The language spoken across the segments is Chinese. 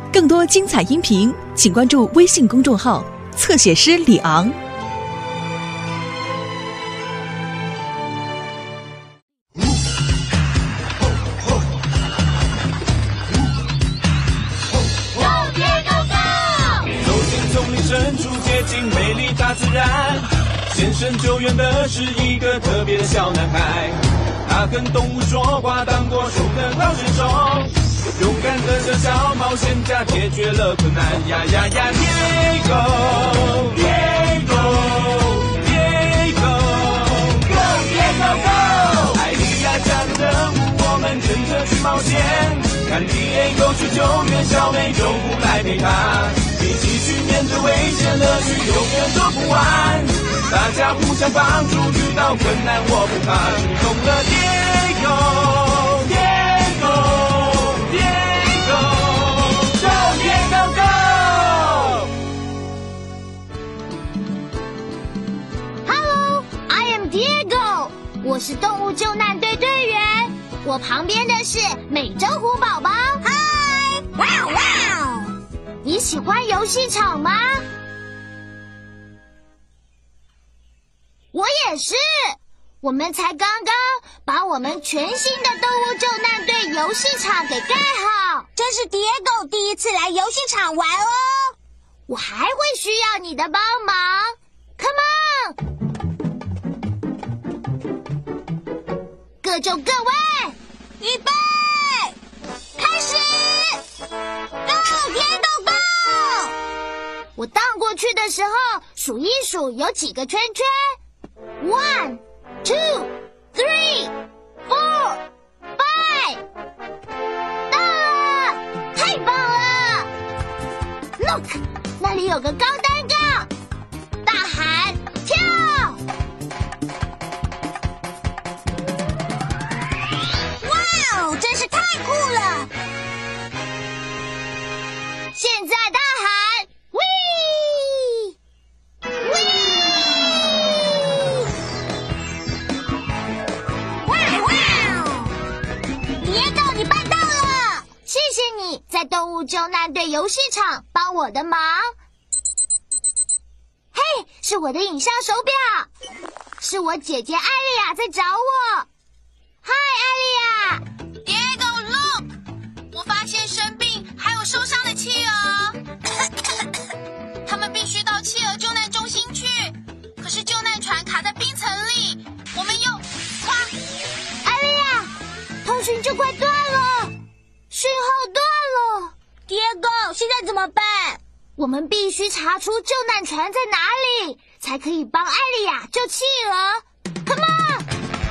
更多精彩音频，请关注微信公众号“侧写师李昂”。 深处接近美丽大自然，现身救援的是一个特别的小男孩，他跟动物说话，当过书的老选手，勇敢的小冒险家解决了困难呀呀呀 Diego Diego Diego Go Diego Go， 艾利亚家的任务我们跟着去冒险，看 Diego 去救援小美救护来陪他，一起去面对危险，乐趣永远做不完，大家互相帮助，遇到困难我不怕，出动了 Diego Diego Diego Go Diego Go Hello, I am Diego， 我是动物救难队队员，我旁边的是美洲虎宝宝。嗨，哇哇！你喜欢游戏场吗？我也是，我们才刚刚把我们全新的动物救难队游戏场给盖好。 这是Diego第一次来游戏场玩哦。 我还会需要你的帮忙 ，Come on！ 各就各位， 预备，开始 ，Go Diego Go！ 我荡过去的时候，数一数有几个圈圈。1, 2, 3, 4, 5。到了，太棒了 ！Look， 那里有个高单杠，大喊跳！ 哇哦，真是太酷了！ 现在大喊 ，Wee！ Diego， 你办到了！ 谢谢你在动物救难队游戏场帮我的忙。嘿，是我的影像手表，是我姐姐艾莉亚在找我。嗨，艾莉亚。 Diego look， 我发现生病还有受伤的企鹅，他们必须到企鹅救难中心去，可是救难船卡在冰层里，我们又哇！ 艾莉亚，通讯就快断了，讯号断了。 Diego， 现在怎么办？ 我们必须查出救难船在哪里，才可以帮艾莉亚救企鹅。Come on！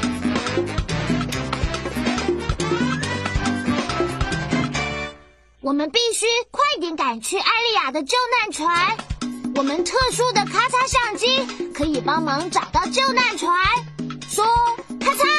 我们必须快点赶去艾莉亚的救难船。我们特殊的咔嚓相机可以帮忙找到救难船。说咔嚓，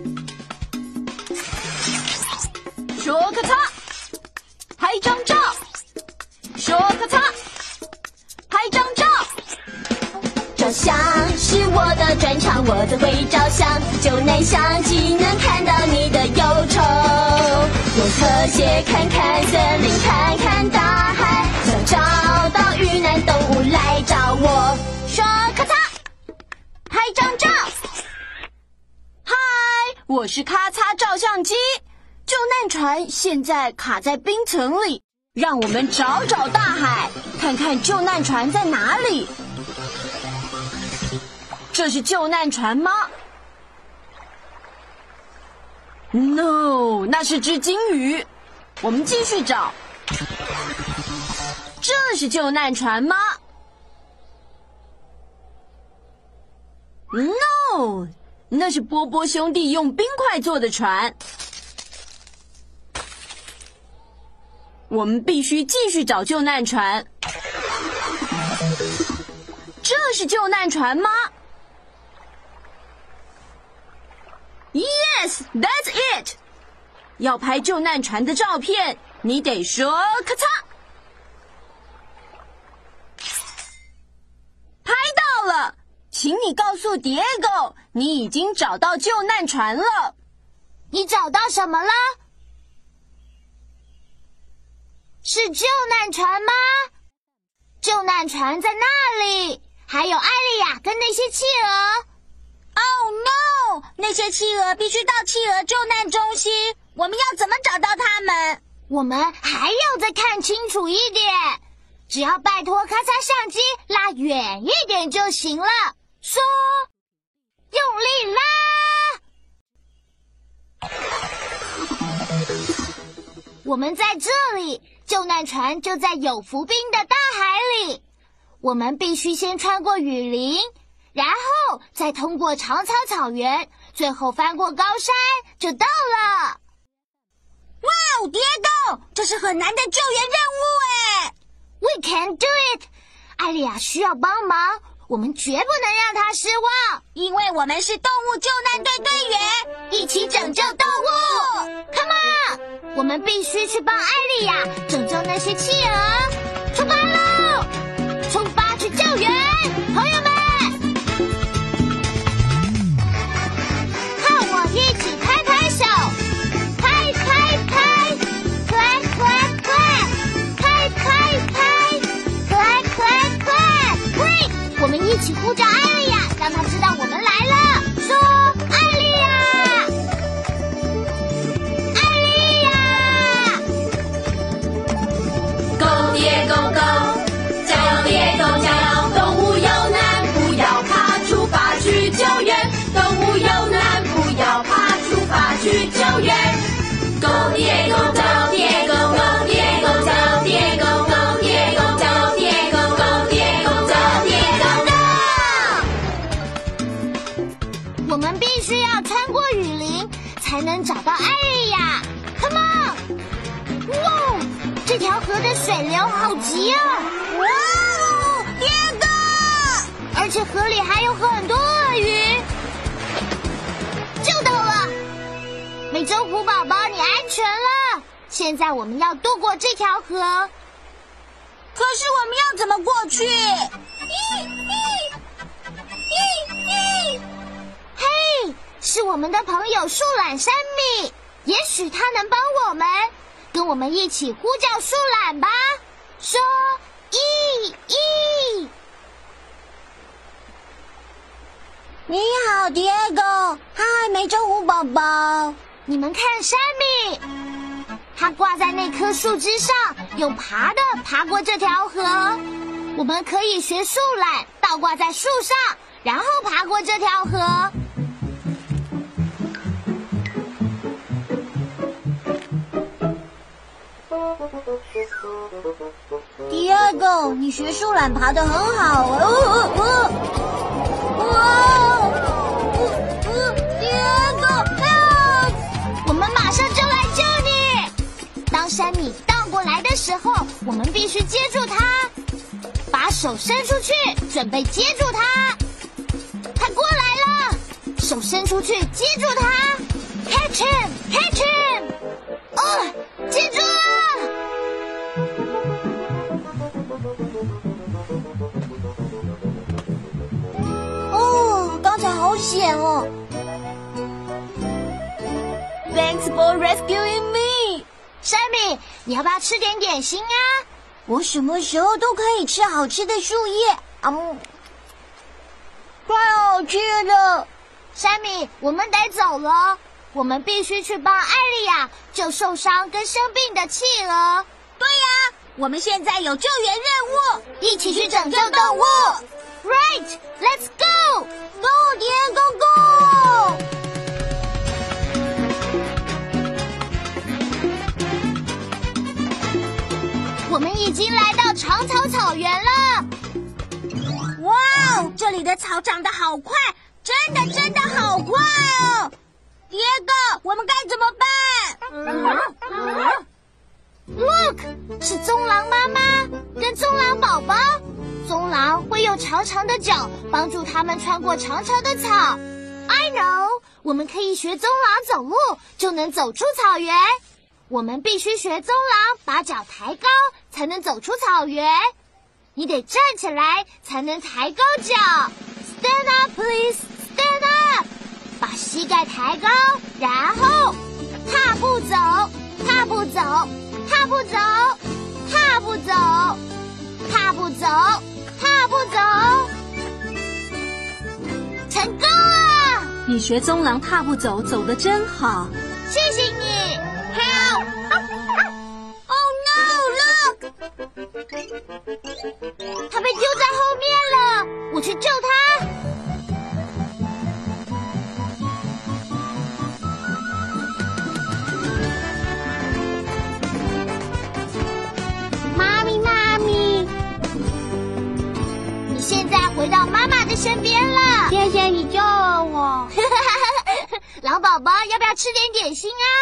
说咔嚓，拍张照。说咔嚓，拍张照。 照相是我的专长，我最会照相，救难相机能看到你的忧愁，用特写看看森林，看看大海，想找到遇难动物来找我。说咔嚓，拍张照。 嗨，我是咔嚓照相机。救难船现在卡在冰层里，让我们找找大海，看看救难船在哪里。这是救难船吗？ No， 那是只金鱼。我们继续找。这是救难船吗 ？No， 那是波波兄弟用冰块做的船。我们必须继续找救难船。这是救难船吗 ？Yes, that's it。要拍救难船的照片，你得说咔嚓。拍到了，请你告诉Diego，你已经找到救难船了。 你找到什么了？ 是救难船吗？救难船在那里，还有艾莉亚跟那些企鹅。 Oh no！ 那些企鹅必须到企鹅救难中心，我们要怎么找到他们？ 我们还要再看清楚一点，只要拜托咔嚓相机拉远一点就行了。说，用力拉！我们在这里，救难船就在有浮冰的大海里。我们必须先穿过雨林，然后再通过长草草原，最后翻过高山，就到了。 哇哦，蝶狗，这是很难的救援任务哎 ！We can do it！ 艾莉亚需要帮忙，我们绝不能让她失望， 因为我们是动物救难队队员， 一起拯救动物。Come on！ 我们必须去帮艾莉亚拯救那些企鹅。出发喽！出发去救援，朋友们！和我一起拍拍手，拍拍拍 ，clap clap clap， 拍拍拍 ，clap clap clap。Great！ 我们一起呼叫艾莉亚，让她知道我们来了。说，艾莉亚，艾莉亚 ！Go 蝶狗 Go！ 加油蝶狗加油！动物有难不要怕，出发去救援。动物有难不要怕，出发去救援。Go 蝶狗 Go 蝶狗 Go 蝶狗 Go 蝶狗 Go 蝶狗 Go 蝶狗 Go 蝶狗 Go 蝶狗 Go。 我们必须要穿过雨林，才能找到艾莉亚。Come on！ 哇，这条河的水流好急啊！ 哇哦，蝶狗！ 而且河里还有很多鳄鱼。就到了，美洲虎宝宝，你安全了。现在我们要渡过这条河。 可是我们要怎么过去？ 嘿，是我们的朋友树懒山米，也许他能帮我们。跟我们一起呼叫树懒吧，说咦。 你好，蝶狗。嗨，美洲虎宝宝。 你们看山米，它挂在那棵树枝上，用爬的爬过这条河。我们可以学树懒，倒挂在树上，然后爬过这条河。 蝶狗，你学树懒爬得很好蝶狗， 我们马上就来救你。当山米倒过来的时候，我们必须接住它，把手伸出去，准备接住它。它过来了，手伸出去接住它 ，catch him，catch him， 接住了。 刚才好险哦 Thanks for rescuing me。 山米，你要不要吃点点心啊？ 我什么时候都可以吃好吃的树叶，太好吃了。 山米，我们得走了，我们必须去帮艾莉亚救受伤跟生病的企鹅。 对呀，我们现在有救援任务， 一起去拯救动物。Right, let's go! Go 蝶狗 Go！ 我们已经来到长草草原了。 哇哦，这里的草长得好快，真的好快哦！蝶狗，我们该怎么办 ？Look， 是棕狼妈妈跟棕狼宝宝。棕狼会用长长的脚帮助它们穿过长长的草。I know， 我们可以学棕狼走路，就能走出草原。我们必须学棕狼把脚抬高，才能走出草原。你得站起来才能抬高脚。Stand up, please. Stand up. 把膝盖抬高，然后踏步走，踏步走，踏步走。 步走，踏步走，踏步走，成功了！ 你学棕狼踏步走，走得真好。 谢谢你 ，Help！ Oh no! Look！ 它被丢在后面了，我去救它。妈咪，妈咪，你现在回到妈妈的身边了。 谢谢你救了我。 老宝宝，要不要吃点点心啊？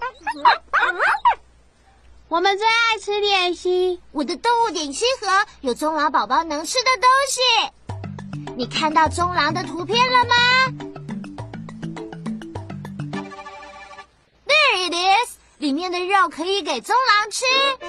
我们最爱吃点心。 我的动物点心盒有棕狼宝宝能吃的东西。你看到棕狼的图片了吗？ There it is， 里面的肉可以给棕狼吃。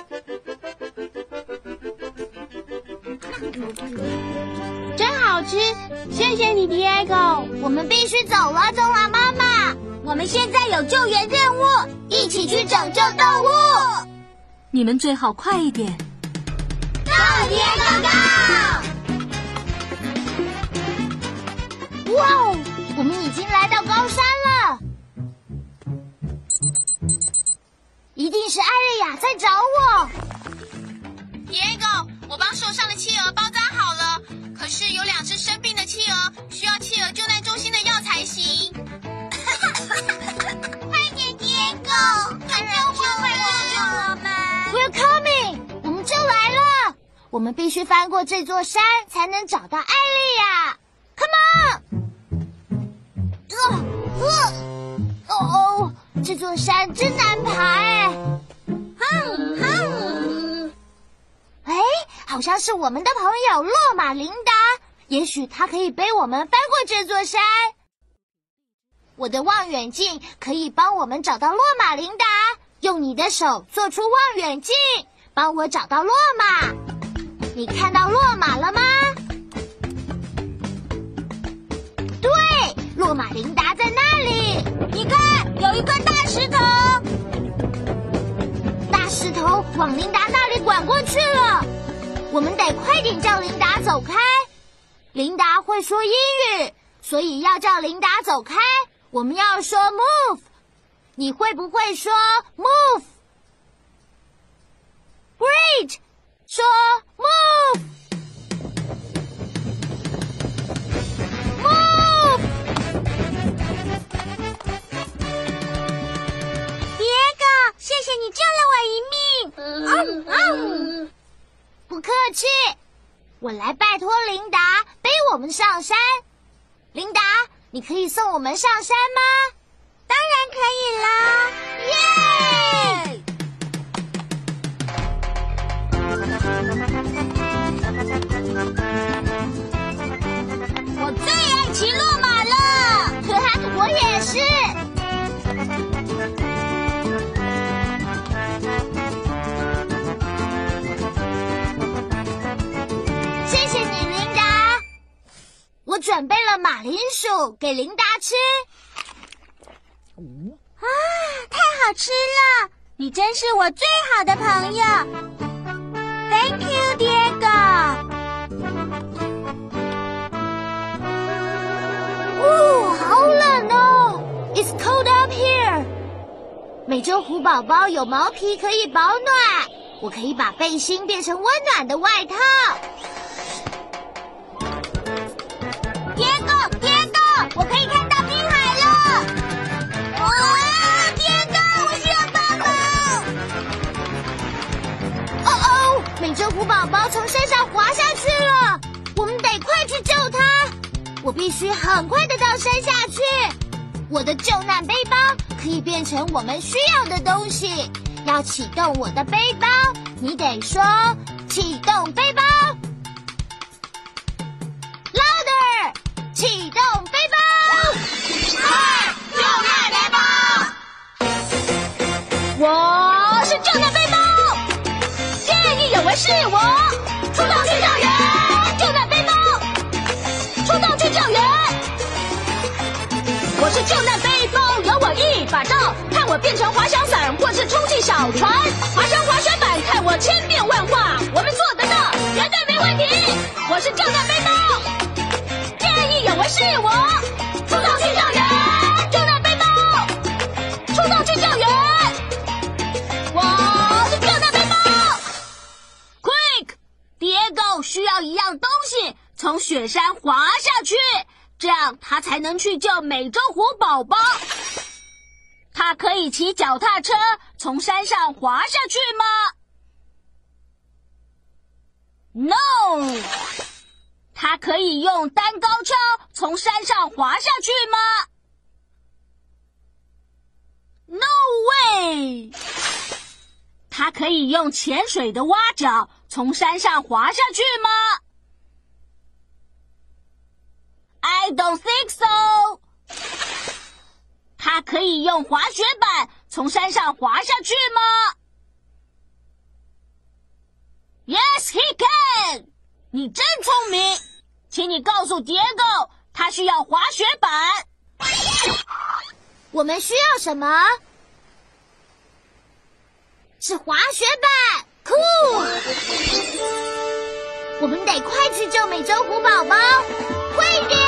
真好吃，谢谢你 Diego。 我们必须走了，棕狼妈妈。我们现在有救援任务，一起去拯救动物。 你们最好快一点。 到了，Diego go！ 哇哦，我们已经来到高山了。一定是艾瑞亚在找我。 Diego，我帮受伤的企鹅包扎好了，可是有2只生病的企鹅，需要企鹅救难中心的药才行。 快点 ，Diego， 快救我们 ！We're coming， 我们就来了。我们必须翻过这座山，才能找到艾丽亚。Come on！哦，这座山真难爬哎。哎，好像是我们的朋友洛马琳达，也许她可以背我们翻过这座山。我的望远镜可以帮我们找到洛马琳达，用你的手做出望远镜，帮我找到洛马。你看到洛马了吗？对，洛马琳达在那里。你看，有一块大石头。大石头往琳达那里滚过去了。我们得快点叫琳达走开。琳达会说英语，所以要叫琳达走开。我们要说 move， 你会不会说 move？ Great， 说 move， move。 Diego， 谢谢你救了我一命。不客气，我来拜托琳达背我们上山。琳达，你可以送我们上山吗？当然可以啦！耶！我最爱骑骆马了，我也是。谢谢你，琳达。我准备了马铃薯给琳达吃。啊，太好吃了！你真是我最好的朋友。Thank you, Diego。好冷哦 ！It's cold up here。美洲虎宝宝有毛皮可以保暖，我可以把背心变成温暖的外套。Diego， 我可以看到滨海了。Diego， 我需要帮忙。美洲虎宝宝从山上滑下去了，我们得快去救他。我必须很快的到山下去。我的救难背包可以变成我们需要的东西。要启动我的背包，你得说启动背包。Louder， 启动背包。快，救难背包！我是救难背包。见义勇为是我，出动去救援！救难背包，出动去救援！我是救难背包，有我一把刀，看我变成滑翔伞或是充气小船，滑翔滑雪板，看我千变万化。 到一样东西从雪山滑下去，这样他才能去救美洲虎宝宝。他可以骑脚踏车从山上滑下去吗？ No。 他可以用单高跷从山上滑下去吗？ No way。 他可以用潜水的蛙脚从山上滑下去吗？ I don't think so。 他可以用滑雪板从山上滑下去吗？ Yes, he can。 你真聪明，请你告诉蝶狗，他需要滑雪板。 我们需要什么？是滑雪板，酷！我们得快去救美洲虎宝宝，快点！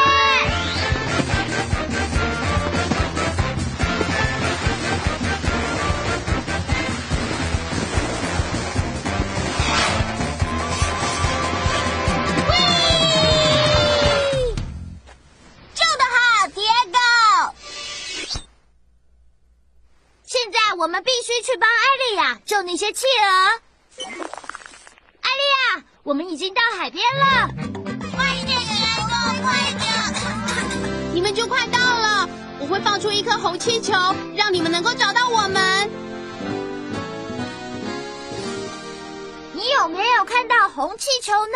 救得好，蝶狗！ 现在我们必须去帮艾莉亚救那些企鹅。艾莉亚，我们已经到海边了， 快一点，野狗，快点！你们就快到了，我会放出一颗红气球，让你们能够找到我们。 你有没有看到红气球呢？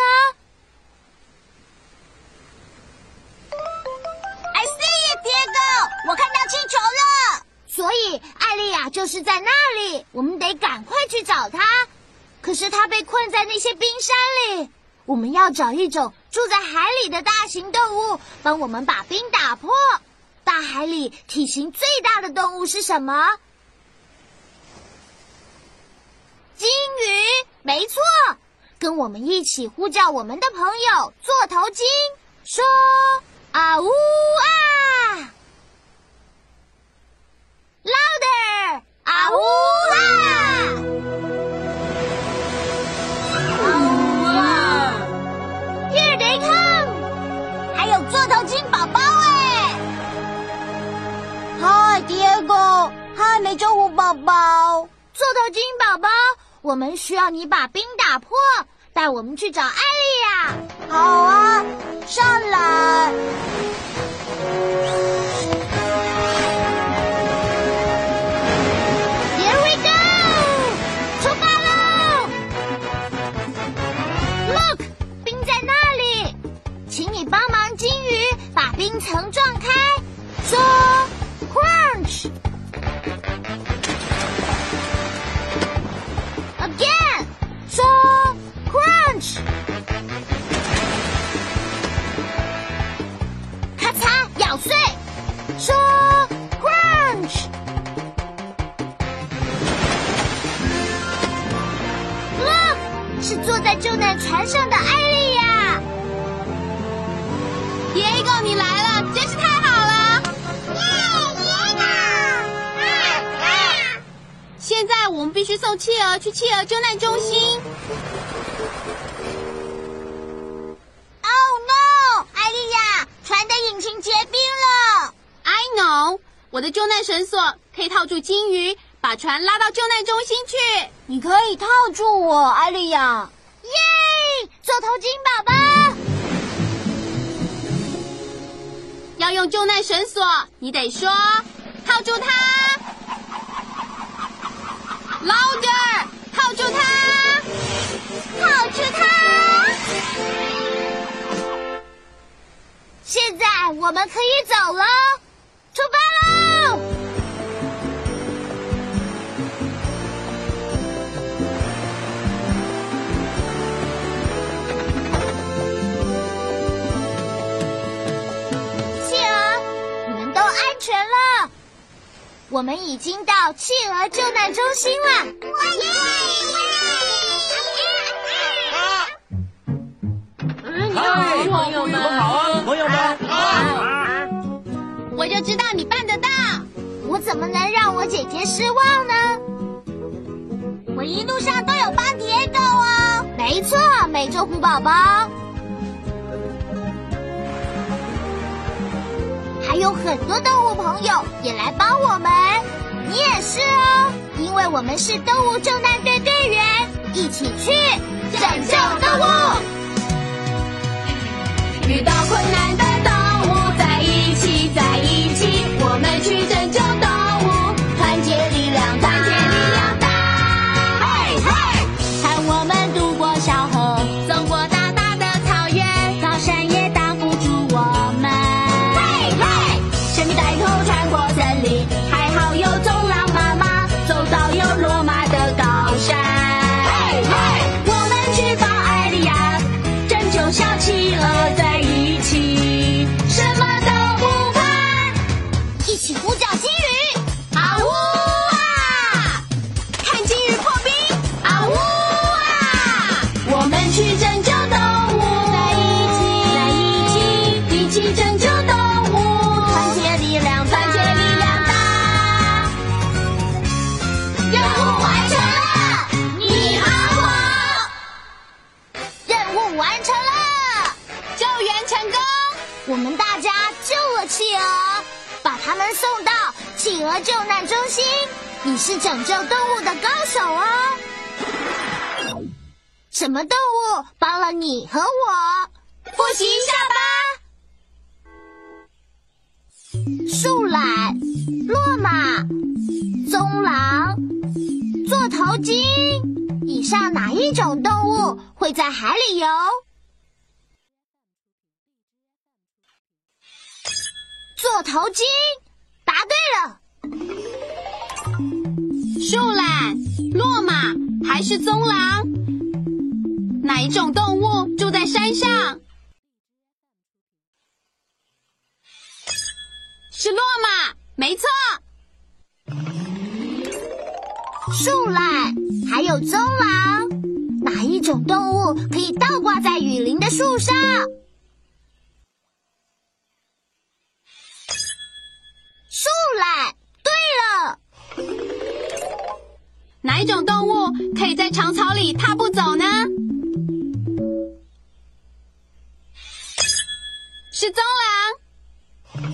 I see it， 蝶狗，我看到气球了。 所以艾莉亚就是在那里，我们得赶快去找她。可是她被困在那些冰山里，我们要找一种住在海里的大型动物，帮我们把冰打破。大海里体型最大的动物是什么？鲸鱼，没错。跟我们一起呼叫我们的朋友座头鲸，说啊呜啊 ！Louder！ 啊呜啊！啊呜啊 ！Here they come！ 还有座头鲸宝宝哎！嗨，蝶狗！嗨，美洲虎宝宝！ 座头鲸宝宝，我们需要你把冰打破，带我们去找艾莉亚。 好啊，上来！ 冰层撞开，说 crunch again， 说 crunch， 咔嚓咬碎，说 crunch。Look， 是坐在救难船上的艾莉亚。 蝶狗，你来了，真是太好了！现在我们必须送企鹅去企鹅救难中心。 Oh no！ 艾莉亚，船的引擎结冰了。 I know， 我的救难绳索可以套住鲸鱼，把船拉到救难中心去。 你可以套住我，艾莉亚。 耶！座头鲸宝宝。 要用救难绳索，你得说套住它 ，louder， 套住它， 套住它。现在我们可以走了，出发喽！安全了，我们已经到企鹅救难中心了。 嗨，朋友们好啊，朋友们！ 我就知道你办得到。 我怎么能让我姐姐失望呢？ 我一路上都有帮蝶狗哦。 没错，美洲虎宝宝。 还有很多动物朋友也来帮我们。你也是哦，因为我们是动物救难队队员，一起去拯救动物。 遇到困难的动物在一起，在一起，我们去拯救动物，团结力量大，团结力量大。嘿嘿， 看我们渡过小河， 走过大大的草原， 高山也挡不住我们。 嘿嘿， 神秘带头穿过森林，还好有中狼妈妈，走到有罗马的高山。 嘿嘿， 我们去帮艾莉亚拯救小企鹅，在一起什么都不怕。 一起呼叫金鱼， 啊呜啊！看金鱼破冰，啊呜啊！ 我们去拯救动物，在一起，一起拯救动物，团结力量大，团结力量大。 任务完成了，你和我。任务完成了， 救援成功！ 我们大家救了企鹅，把它们送到企鹅救难中心。你是拯救动物的高手哦。什么动物帮了你和我？复习一下吧。树懒、骆马、棕狼、座头鲸，以上哪一种动物会在海里游？座头鲸，答对了。 树懒、骆马还是棕狼？哪一种动物住在山上？是骆马，没错。 树懒还有棕狼，哪一种动物可以倒挂在雨林的树上？树懒，对了。 哪一种动物可以在长草里踏步走呢？是棕狼。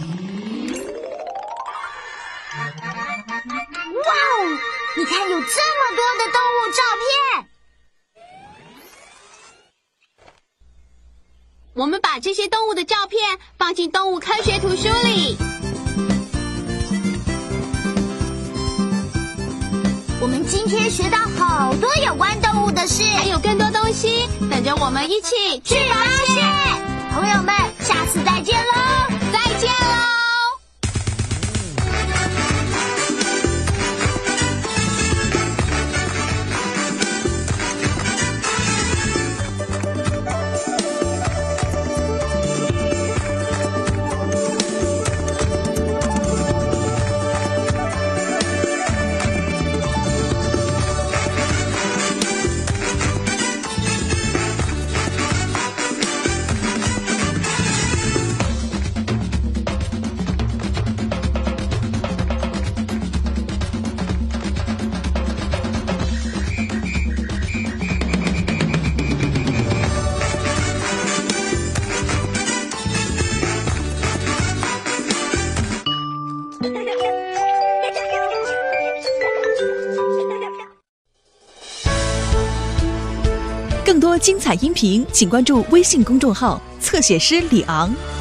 哇哦！你看有这么多的动物照片。 我们把这些动物的照片放进动物科学图书里。 我们今天学到好多有关动物的事， 还有更多东西等着我们一起去发现。朋友们，下次再见喽！ 再见喽！ 更多精彩音频，请关注微信公众号“侧写师李昂”。